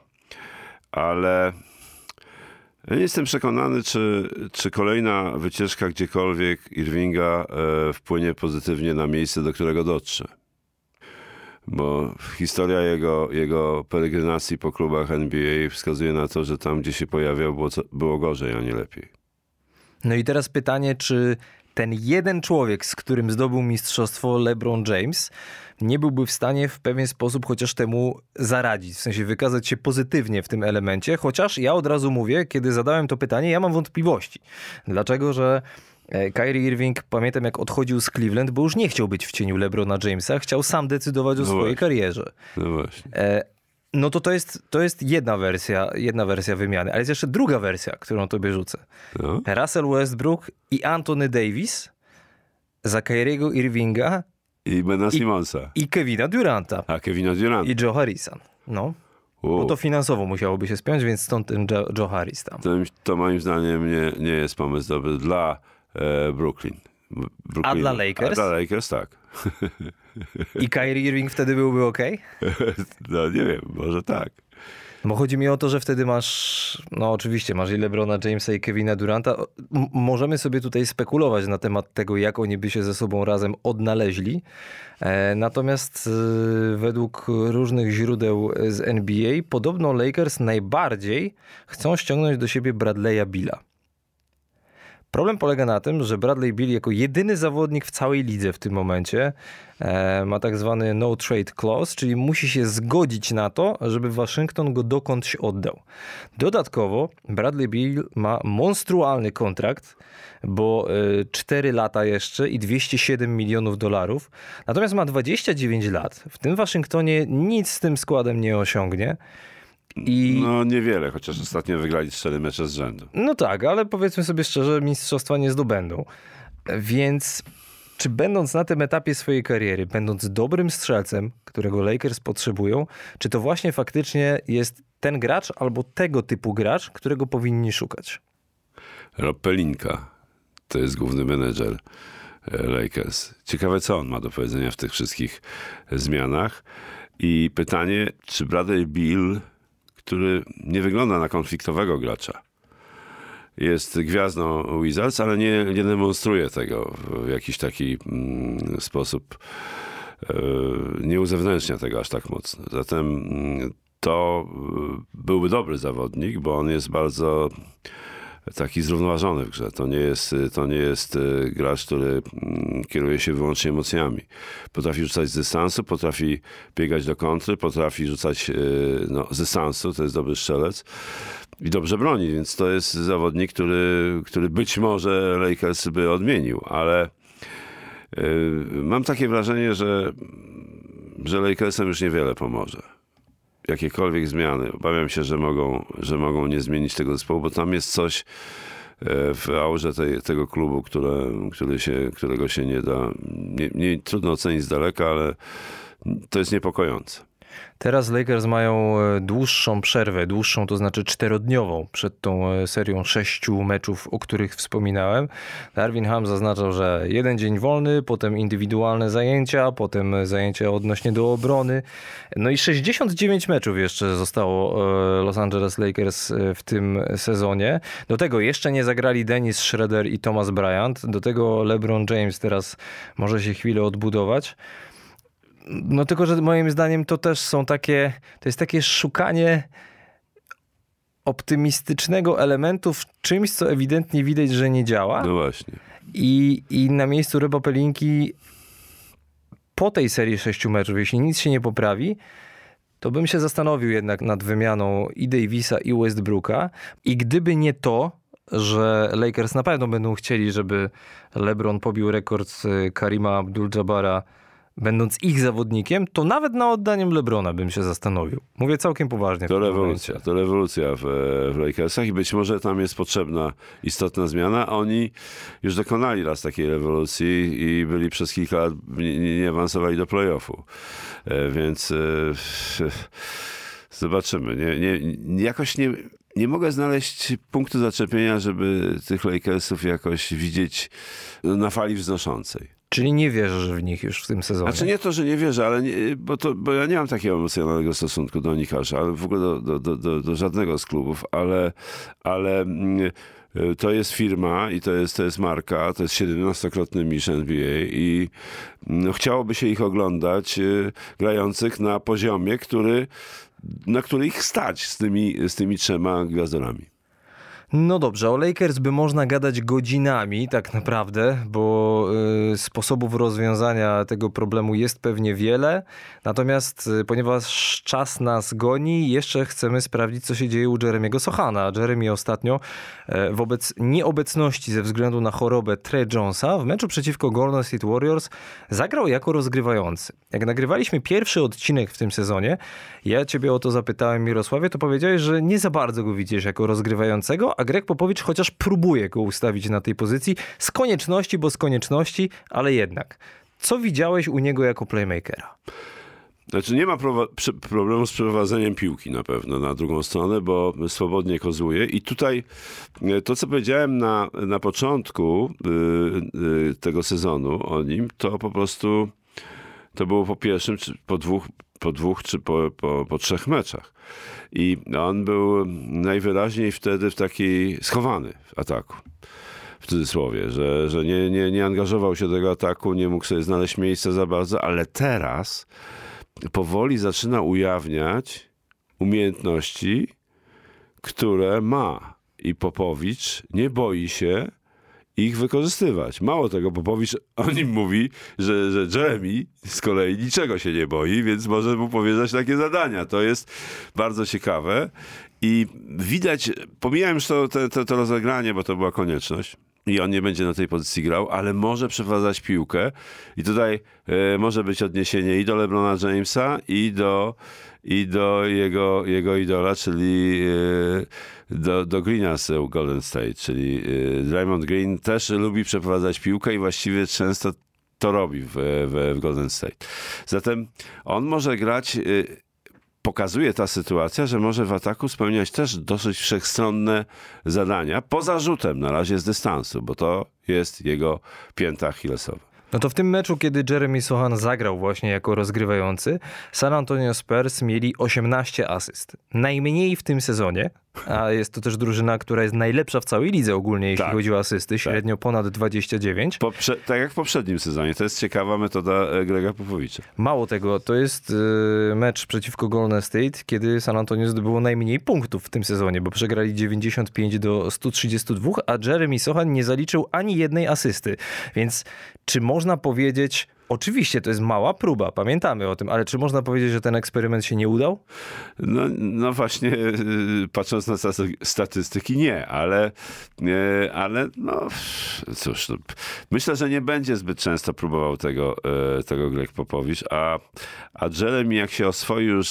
ale ja nie jestem przekonany, czy kolejna wycieczka gdziekolwiek Irvinga wpłynie pozytywnie na miejsce, do którego dotrze. Bo historia jego peregrinacji po klubach NBA wskazuje na to, że tam, gdzie się pojawiał, było gorzej, a nie lepiej. No i teraz pytanie, czy ten jeden człowiek, z którym zdobył mistrzostwo, LeBron James, nie byłby w stanie w pewien sposób chociaż temu zaradzić, w sensie wykazać się pozytywnie w tym elemencie, chociaż ja od razu mówię, kiedy zadałem to pytanie, ja mam wątpliwości. Dlaczego, że Kyrie Irving, pamiętam jak odchodził z Cleveland, bo już nie chciał być w cieniu LeBrona Jamesa, chciał sam decydować o swojej karierze. No właśnie. No to jest jedna wersja wymiany, ale jest jeszcze druga wersja, którą tobie rzucę. No. Russell Westbrook i Anthony Davis za Kyriego Irvinga i Bena Simonsa. I Kevina Duranta. A Kevina Duranta. I Joe Harrison. No. Bo to finansowo musiałoby się spiąć, więc stąd ten Joe Harris tam. To moim zdaniem nie jest pomysł dobry dla Brooklyn. A dla Lakers? A dla Lakers tak. I Kyrie Irving wtedy byłby okej? No nie wiem, może tak. Bo chodzi mi o to, że wtedy masz, no oczywiście, masz i LeBrona Jamesa i Kevina Duranta. Możemy sobie tutaj spekulować na temat tego, jak oni by się ze sobą razem odnaleźli. Natomiast według różnych źródeł z NBA podobno Lakers najbardziej chcą ściągnąć do siebie Bradley'a Beala. Problem polega na tym, że Bradley Beal jako jedyny zawodnik w całej lidze w tym momencie ma tak zwany no trade clause, czyli musi się zgodzić na to, żeby Waszyngton go dokądś oddał. Dodatkowo Bradley Beal ma monstrualny kontrakt, bo 4 lata jeszcze i $207 milionów. Natomiast ma 29 lat. W tym Waszyngtonie nic z tym składem nie osiągnie. No niewiele, chociaż ostatnio wygrali 4 mecze z rzędu. No tak, ale powiedzmy sobie szczerze, mistrzostwa nie zdobędą. Więc czy będąc na tym etapie swojej kariery, będąc dobrym strzelcem, którego Lakers potrzebują, czy to właśnie faktycznie jest ten gracz albo tego typu gracz, którego powinni szukać? Rob Pelinka to jest główny menedżer Lakers. Ciekawe, co on ma do powiedzenia w tych wszystkich zmianach. I pytanie, czy Bradley Beal, który nie wygląda na konfliktowego gracza, jest gwiazdą Wizards, ale nie demonstruje tego w jakiś taki sposób, nie uzewnętrznia tego aż tak mocno. Zatem to byłby dobry zawodnik, bo on jest bardzo taki zrównoważony w grze. To nie jest gracz, który kieruje się wyłącznie emocjami. Potrafi rzucać z dystansu, potrafi biegać do kontry, potrafi rzucać z dystansu, to jest dobry strzelec i dobrze broni, więc to jest zawodnik, który być może Lakers by odmienił, ale mam takie wrażenie, że Lakersem już niewiele pomoże. Jakiekolwiek zmiany. Obawiam się, że mogą nie zmienić tego zespołu, bo tam jest coś w aurze tego klubu, którego się nie da, trudno ocenić z daleka, ale to jest niepokojące. Teraz Lakers mają dłuższą przerwę, to znaczy 4-dniową przed tą serią 6 meczów, o których wspominałem. Darvin Ham zaznaczał, że 1 dzień wolny, potem indywidualne zajęcia, potem zajęcia odnośnie do obrony. No i 69 meczów jeszcze zostało Los Angeles Lakers w tym sezonie. Do tego jeszcze nie zagrali Dennis Schroeder i Thomas Bryant. Do tego LeBron James teraz może się chwilę odbudować. No tylko, że moim zdaniem to też to jest takie szukanie optymistycznego elementu w czymś, co ewidentnie widać, że nie działa. No właśnie. I na miejscu Roba Pelinki po tej serii 6 meczów, jeśli nic się nie poprawi, to bym się zastanowił jednak nad wymianą i Davisa, i Westbrooka. I gdyby nie to, że Lakers na pewno będą chcieli, żeby LeBron pobił rekord Karima Abdul-Jabbara, będąc ich zawodnikiem, to nawet na oddaniem LeBrona bym się zastanowił. Mówię całkiem poważnie. To rewolucja w Lakersach i być może tam jest potrzebna istotna zmiana. Oni już dokonali raz takiej rewolucji i byli przez kilka lat, nie awansowali do play-offu. Więc zobaczymy. Jakoś nie mogę znaleźć punktu zaczepienia, żeby tych Lakersów jakoś widzieć na fali wznoszącej. Czyli nie wierzysz w nich już w tym sezonie? Znaczy nie to, że nie wierzę, ale bo ja nie mam takiego emocjonalnego stosunku do nich aż, ale w ogóle do żadnego z klubów, ale to jest firma i to jest marka, to jest 17-krotny mistrz NBA i chciałoby się ich oglądać grających na poziomie, na który ich stać z tymi 3 gwiazdorami. No dobrze, o Lakers by można gadać godzinami tak naprawdę, bo sposobów rozwiązania tego problemu jest pewnie wiele. Natomiast ponieważ czas nas goni, jeszcze chcemy sprawdzić, co się dzieje u Jeremiego Sochana. Jeremy ostatnio wobec nieobecności ze względu na chorobę Trae Jonesa w meczu przeciwko Golden State Warriors zagrał jako rozgrywający. Jak nagrywaliśmy pierwszy odcinek w tym sezonie, ja ciebie o to zapytałem, Mirosławie, to powiedziałeś, że nie za bardzo go widzisz jako rozgrywającego, a Greg Popowicz chociaż próbuje go ustawić na tej pozycji z konieczności, ale jednak. Co widziałeś u niego jako playmakera? Znaczy nie ma problemu z przeprowadzeniem piłki na pewno na drugą stronę, bo swobodnie kozuje. I tutaj to, co powiedziałem na początku tego sezonu o nim, to po prostu to było po pierwszym, czy po dwóch czy po trzech meczach. I on był najwyraźniej wtedy w taki schowany w ataku. W cudzysłowie, że nie angażował się do tego ataku, nie mógł sobie znaleźć miejsca za bardzo, ale teraz powoli zaczyna ujawniać umiejętności, które ma. I Popowicz nie boi się ich wykorzystywać. Mało tego, Popowicz o nim mówi, że Jeremy z kolei niczego się nie boi, więc może mu powierzać takie zadania. To jest bardzo ciekawe. I widać, pomijałem już to rozegranie, bo to była konieczność. I on nie będzie na tej pozycji grał, ale może przeprowadzać piłkę. I tutaj może być odniesienie i do LeBrona Jamesa, i do jego idola, czyli do Greena z Golden State. Czyli Draymond Green też lubi przeprowadzać piłkę i właściwie często to robi w Golden State. Zatem on może grać... Pokazuje ta sytuacja, że może w ataku spełniać też dosyć wszechstronne zadania, poza rzutem na razie z dystansu, bo to jest jego pięta achillesowa. No to w tym meczu, kiedy Jeremy Sochan zagrał właśnie jako rozgrywający, San Antonio Spurs mieli 18 asyst. Najmniej w tym sezonie, a jest to też drużyna, która jest najlepsza w całej lidze ogólnie, jeśli chodzi o asysty, średnio ponad 29. Tak jak w poprzednim sezonie. To jest ciekawa metoda Grega Popowicza. Mało tego, to jest mecz przeciwko Golden State, kiedy San Antonio zdobyło najmniej punktów w tym sezonie, bo przegrali 95-132, a Jeremy Sochan nie zaliczył ani jednej asysty. Więc czy można powiedzieć... Oczywiście to jest mała próba, pamiętamy o tym, ale czy można powiedzieć, że ten eksperyment się nie udał? No właśnie, patrząc na statystyki nie, ale no cóż, myślę, że nie będzie zbyt często próbował tego Greg Popowicz, a Jeremy jak się oswoi już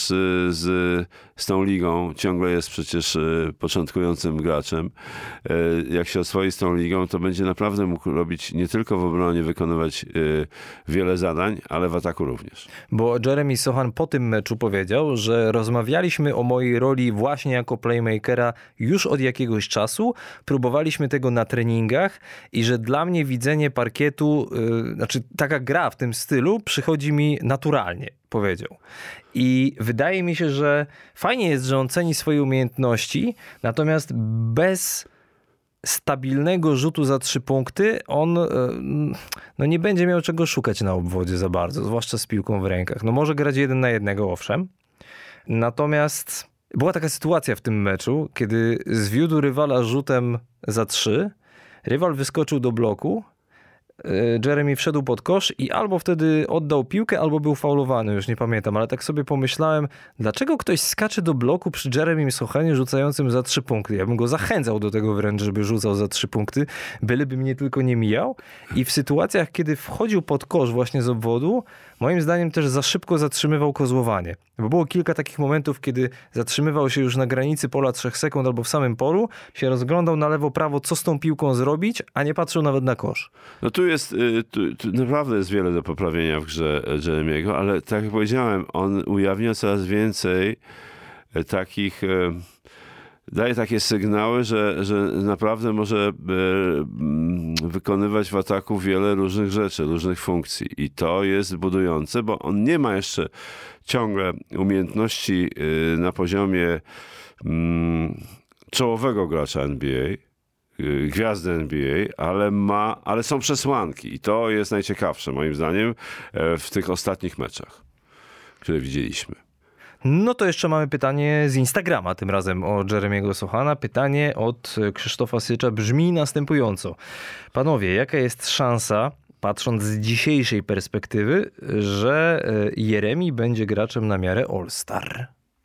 z tą ligą, ciągle jest przecież początkującym graczem, jak się oswoi z tą ligą, to będzie naprawdę mógł robić nie tylko w obronie, wykonywać wiele zadań, ale w ataku również. Bo Jeremy Sochan po tym meczu powiedział, że rozmawialiśmy o mojej roli właśnie jako playmakera już od jakiegoś czasu, próbowaliśmy tego na treningach i że dla mnie widzenie parkietu, znaczy taka gra w tym stylu przychodzi mi naturalnie, powiedział. I wydaje mi się, że fajnie jest, że on ceni swoje umiejętności, natomiast bez stabilnego rzutu za 3 punkty on nie będzie miał czego szukać na obwodzie za bardzo, zwłaszcza z piłką w rękach. No może grać 1 na 1, owszem. Natomiast była taka sytuacja w tym meczu, kiedy zwiódł rywala rzutem za 3, rywal wyskoczył do bloku, Jeremy wszedł pod kosz i albo wtedy oddał piłkę, albo był faulowany, już nie pamiętam, ale tak sobie pomyślałem, dlaczego ktoś skacze do bloku przy Jeremym Sochanie rzucającym za 3 punkty? Ja bym go zachęcał do tego wręcz, żeby rzucał za 3 punkty, byleby mnie tylko nie mijał. I w sytuacjach, kiedy wchodził pod kosz właśnie z obwodu, moim zdaniem też za szybko zatrzymywał kozłowanie. Bo było kilka takich momentów, kiedy zatrzymywał się już na granicy pola 3 sekund albo w samym polu, się rozglądał na lewo, prawo, co z tą piłką zrobić, a nie patrzył nawet na kosz. No tu naprawdę jest wiele do poprawienia w grze Jeremiego, ale tak jak powiedziałem, on ujawnia coraz więcej takich... Daje takie sygnały, że naprawdę może wykonywać w ataku wiele różnych rzeczy, różnych funkcji. I to jest budujące, bo on nie ma jeszcze ciągle umiejętności na poziomie czołowego gracza NBA, gwiazdy NBA, ale są przesłanki. I to jest najciekawsze moim zdaniem w tych ostatnich meczach, które widzieliśmy. No to jeszcze mamy pytanie z Instagrama, tym razem o Jeremiego Sochana. Pytanie od Krzysztofa Sycza brzmi następująco. Panowie, jaka jest szansa, patrząc z dzisiejszej perspektywy, że Jeremi będzie graczem na miarę All-Star?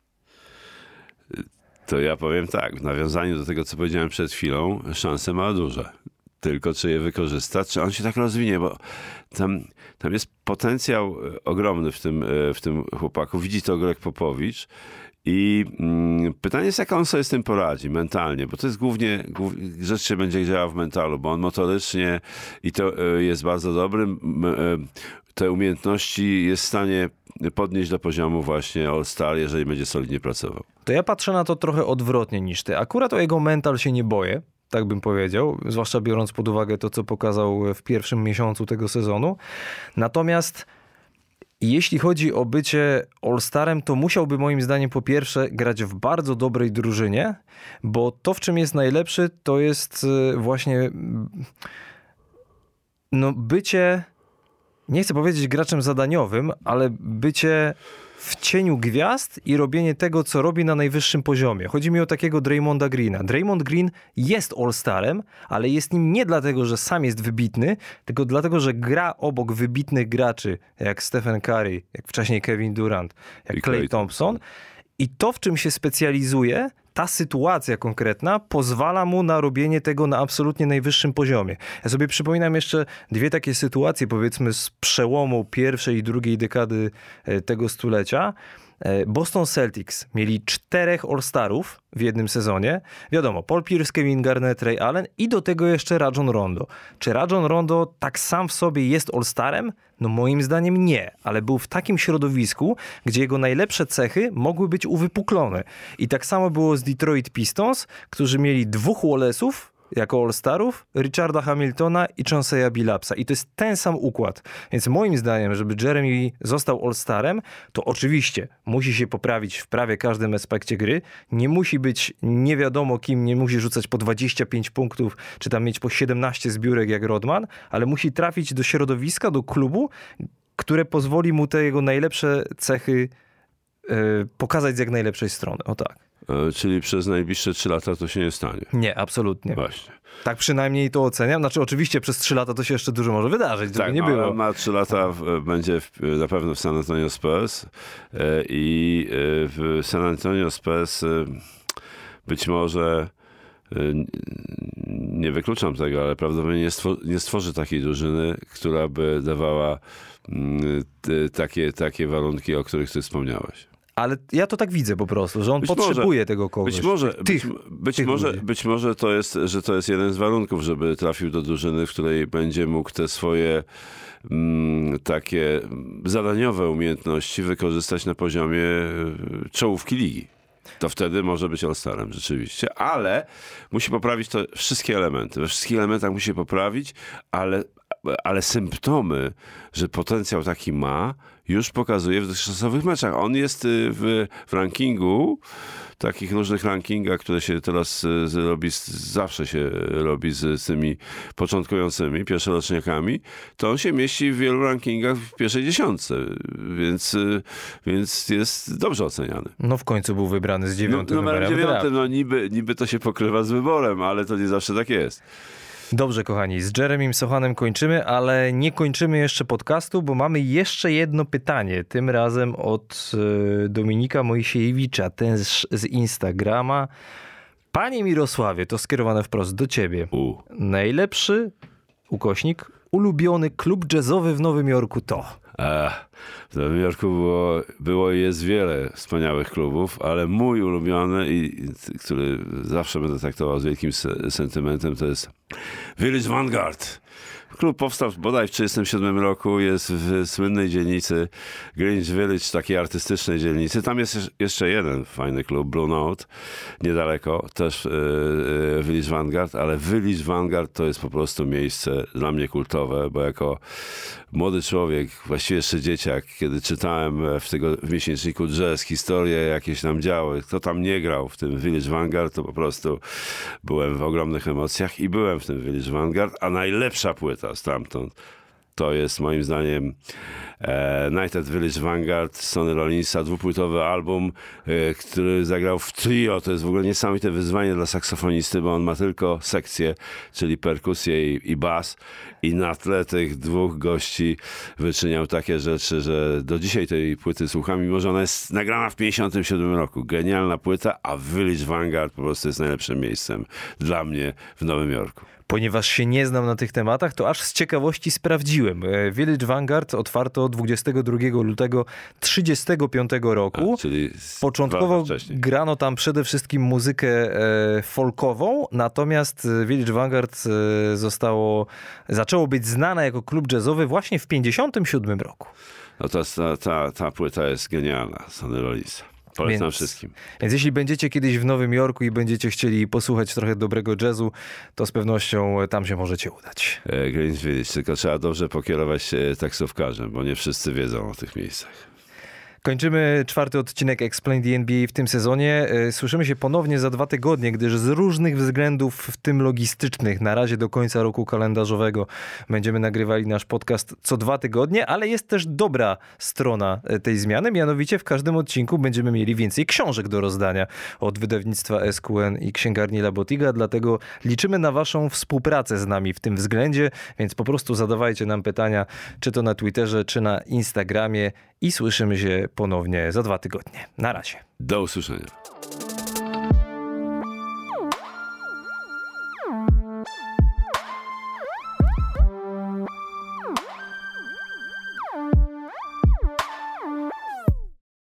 To ja powiem tak, w nawiązaniu do tego, co powiedziałem przed chwilą, szanse ma duże. Tylko czy je wykorzysta, czy on się tak rozwinie, bo tam jest potencjał ogromny w tym chłopaku. Widzi to Greg Popowicz i pytanie jest, jak on sobie z tym poradzi mentalnie, bo to jest głównie rzecz się będzie działała w mentalu, bo on motorycznie i to jest bardzo dobry. te umiejętności jest w stanie podnieść do poziomu właśnie All-Star, jeżeli będzie solidnie pracował. To ja patrzę na to trochę odwrotnie niż ty. Akurat o jego mental się nie boję, tak bym powiedział, zwłaszcza biorąc pod uwagę to, co pokazał w pierwszym miesiącu tego sezonu. Natomiast jeśli chodzi o bycie All-Starem, to musiałby moim zdaniem po pierwsze grać w bardzo dobrej drużynie, bo to, w czym jest najlepszy, to jest właśnie bycie, nie chcę powiedzieć graczem zadaniowym, ale bycie w cieniu gwiazd i robienie tego, co robi na najwyższym poziomie. Chodzi mi o takiego Draymonda Greena. Draymond Green jest All-Starem, ale jest nim nie dlatego, że sam jest wybitny, tylko dlatego, że gra obok wybitnych graczy, jak Stephen Curry, jak wcześniej Kevin Durant, jak Klay Thompson. I to, w czym się specjalizuje, ta sytuacja konkretna pozwala mu na robienie tego na absolutnie najwyższym poziomie. Ja sobie przypominam jeszcze dwie takie sytuacje, powiedzmy z przełomu pierwszej i drugiej dekady tego stulecia. Boston Celtics mieli 4 All-Starów w jednym sezonie. Wiadomo, Paul Pierce, Kevin Garnett, Ray Allen i do tego jeszcze Rajon Rondo. Czy Rajon Rondo tak sam w sobie jest All-Starem? No moim zdaniem nie, ale był w takim środowisku, gdzie jego najlepsze cechy mogły być uwypuklone. I tak samo było z Detroit Pistons, którzy mieli 2 Wallace'ów jako All-Starów, Richarda Hamiltona i Chauncey'a Billupsa. I to jest ten sam układ. Więc moim zdaniem, żeby Jeremy został All-Starem, to oczywiście musi się poprawić w prawie każdym aspekcie gry. Nie musi być nie wiadomo kim, nie musi rzucać po 25 punktów, czy tam mieć po 17 zbiórek jak Rodman, ale musi trafić do środowiska, do klubu, które pozwoli mu te jego najlepsze cechy pokazać z jak najlepszej strony. O tak. Czyli przez najbliższe 3 lata to się nie stanie. Nie, absolutnie. Właśnie. Tak przynajmniej to oceniam. Znaczy oczywiście przez 3 lata to się jeszcze dużo może wydarzyć, żeby tak, nie było. On ma 3 lata, będzie na pewno w San Antonio Spurs i w San Antonio Spurs być może, nie wykluczam tego, ale prawdopodobnie nie stworzy takiej drużyny, która by dawała takie warunki, o których ty wspomniałeś. Ale ja to tak widzę po prostu, że on potrzebuje tego kogoś. Być może to jest, że to jest jeden z warunków, żeby trafił do drużyny, w której będzie mógł te swoje takie zadaniowe umiejętności wykorzystać na poziomie czołówki ligi. To wtedy może być All-Starem rzeczywiście, ale musi poprawić to wszystkie elementy. We wszystkich elementach musi się poprawić, ale symptomy, że potencjał taki ma, już pokazuje w dotychczasowych meczach. On jest w rankingu, takich różnych rankingach, które się teraz robi, zawsze się robi z tymi początkującymi, pierwszoroczniakami, to on się mieści w wielu rankingach w pierwszej 10, więc jest dobrze oceniany. No w końcu był wybrany z 9. numerem 9, niby to się pokrywa z wyborem, ale to nie zawsze tak jest. Dobrze, kochani, z Jeremym Sochanem kończymy, ale nie kończymy jeszcze podcastu, bo mamy jeszcze jedno pytanie. Tym razem od Dominika Mojsiejewicza, też z Instagrama. Panie Mirosławie, to skierowane wprost do ciebie. Najlepszy, ulubiony klub jazzowy w Nowym Jorku to? W Nowym Jorku było i jest wiele wspaniałych klubów, ale mój ulubiony i który zawsze będę traktował z wielkim sentymentem, to jest Village Vanguard. Klub powstał bodaj w 1937 roku, jest w słynnej dzielnicy Greenwich Village, takiej artystycznej dzielnicy. Tam jest jeszcze jeden fajny klub, Blue Note, niedaleko, też Village Vanguard, ale Village Vanguard to jest po prostu miejsce dla mnie kultowe, bo jako młody człowiek, właściwie jeszcze dzieciak, kiedy czytałem w miesięczniku Jazz historie jakieś tam działy, kto tam nie grał w tym Village Vanguard, to po prostu byłem w ogromnych emocjach i byłem w tym Village Vanguard, a najlepsza płyta stamtąd to jest moim zdaniem Night at Village Vanguard Sonny Rollinsa, 2-płytowy album, który zagrał w trio. To jest w ogóle niesamowite wyzwanie dla saksofonisty, bo on ma tylko sekcję, czyli perkusję i bas, i na tle tych 2 gości wyczyniał takie rzeczy, że do dzisiaj tej płyty słucham, mimo że ona jest nagrana w 1957 roku. Genialna płyta, a Village Vanguard po prostu jest najlepszym miejscem dla mnie w Nowym Jorku. Ponieważ się nie znam na tych tematach, to aż z ciekawości sprawdziłem. Village Vanguard otwarto 22 lutego 1935 roku. Czyli Początkowo grano tam przede wszystkim muzykę folkową, natomiast Village Vanguard zaczęło być znane jako klub jazzowy właśnie w 1957 roku. No ta płyta jest genialna, Sonny Rollins. Polecam wszystkim. Więc jeśli będziecie kiedyś w Nowym Jorku i będziecie chcieli posłuchać trochę dobrego jazzu, to z pewnością tam się możecie udać. Greenwich Village, tylko trzeba dobrze pokierować się taksówkarzem, bo nie wszyscy wiedzą o tych miejscach. Kończymy 4. odcinek Explain the NBA w tym sezonie. Słyszymy się ponownie za 2 tygodnie, gdyż z różnych względów, w tym logistycznych, na razie do końca roku kalendarzowego będziemy nagrywali nasz podcast co 2 tygodnie, ale jest też dobra strona tej zmiany, mianowicie w każdym odcinku będziemy mieli więcej książek do rozdania od wydawnictwa SQN i księgarni La Botiga, dlatego liczymy na waszą współpracę z nami w tym względzie, więc po prostu zadawajcie nam pytania, czy to na Twitterze, czy na Instagramie i słyszymy się ponownie za 2 tygodnie. Na razie. Do usłyszenia.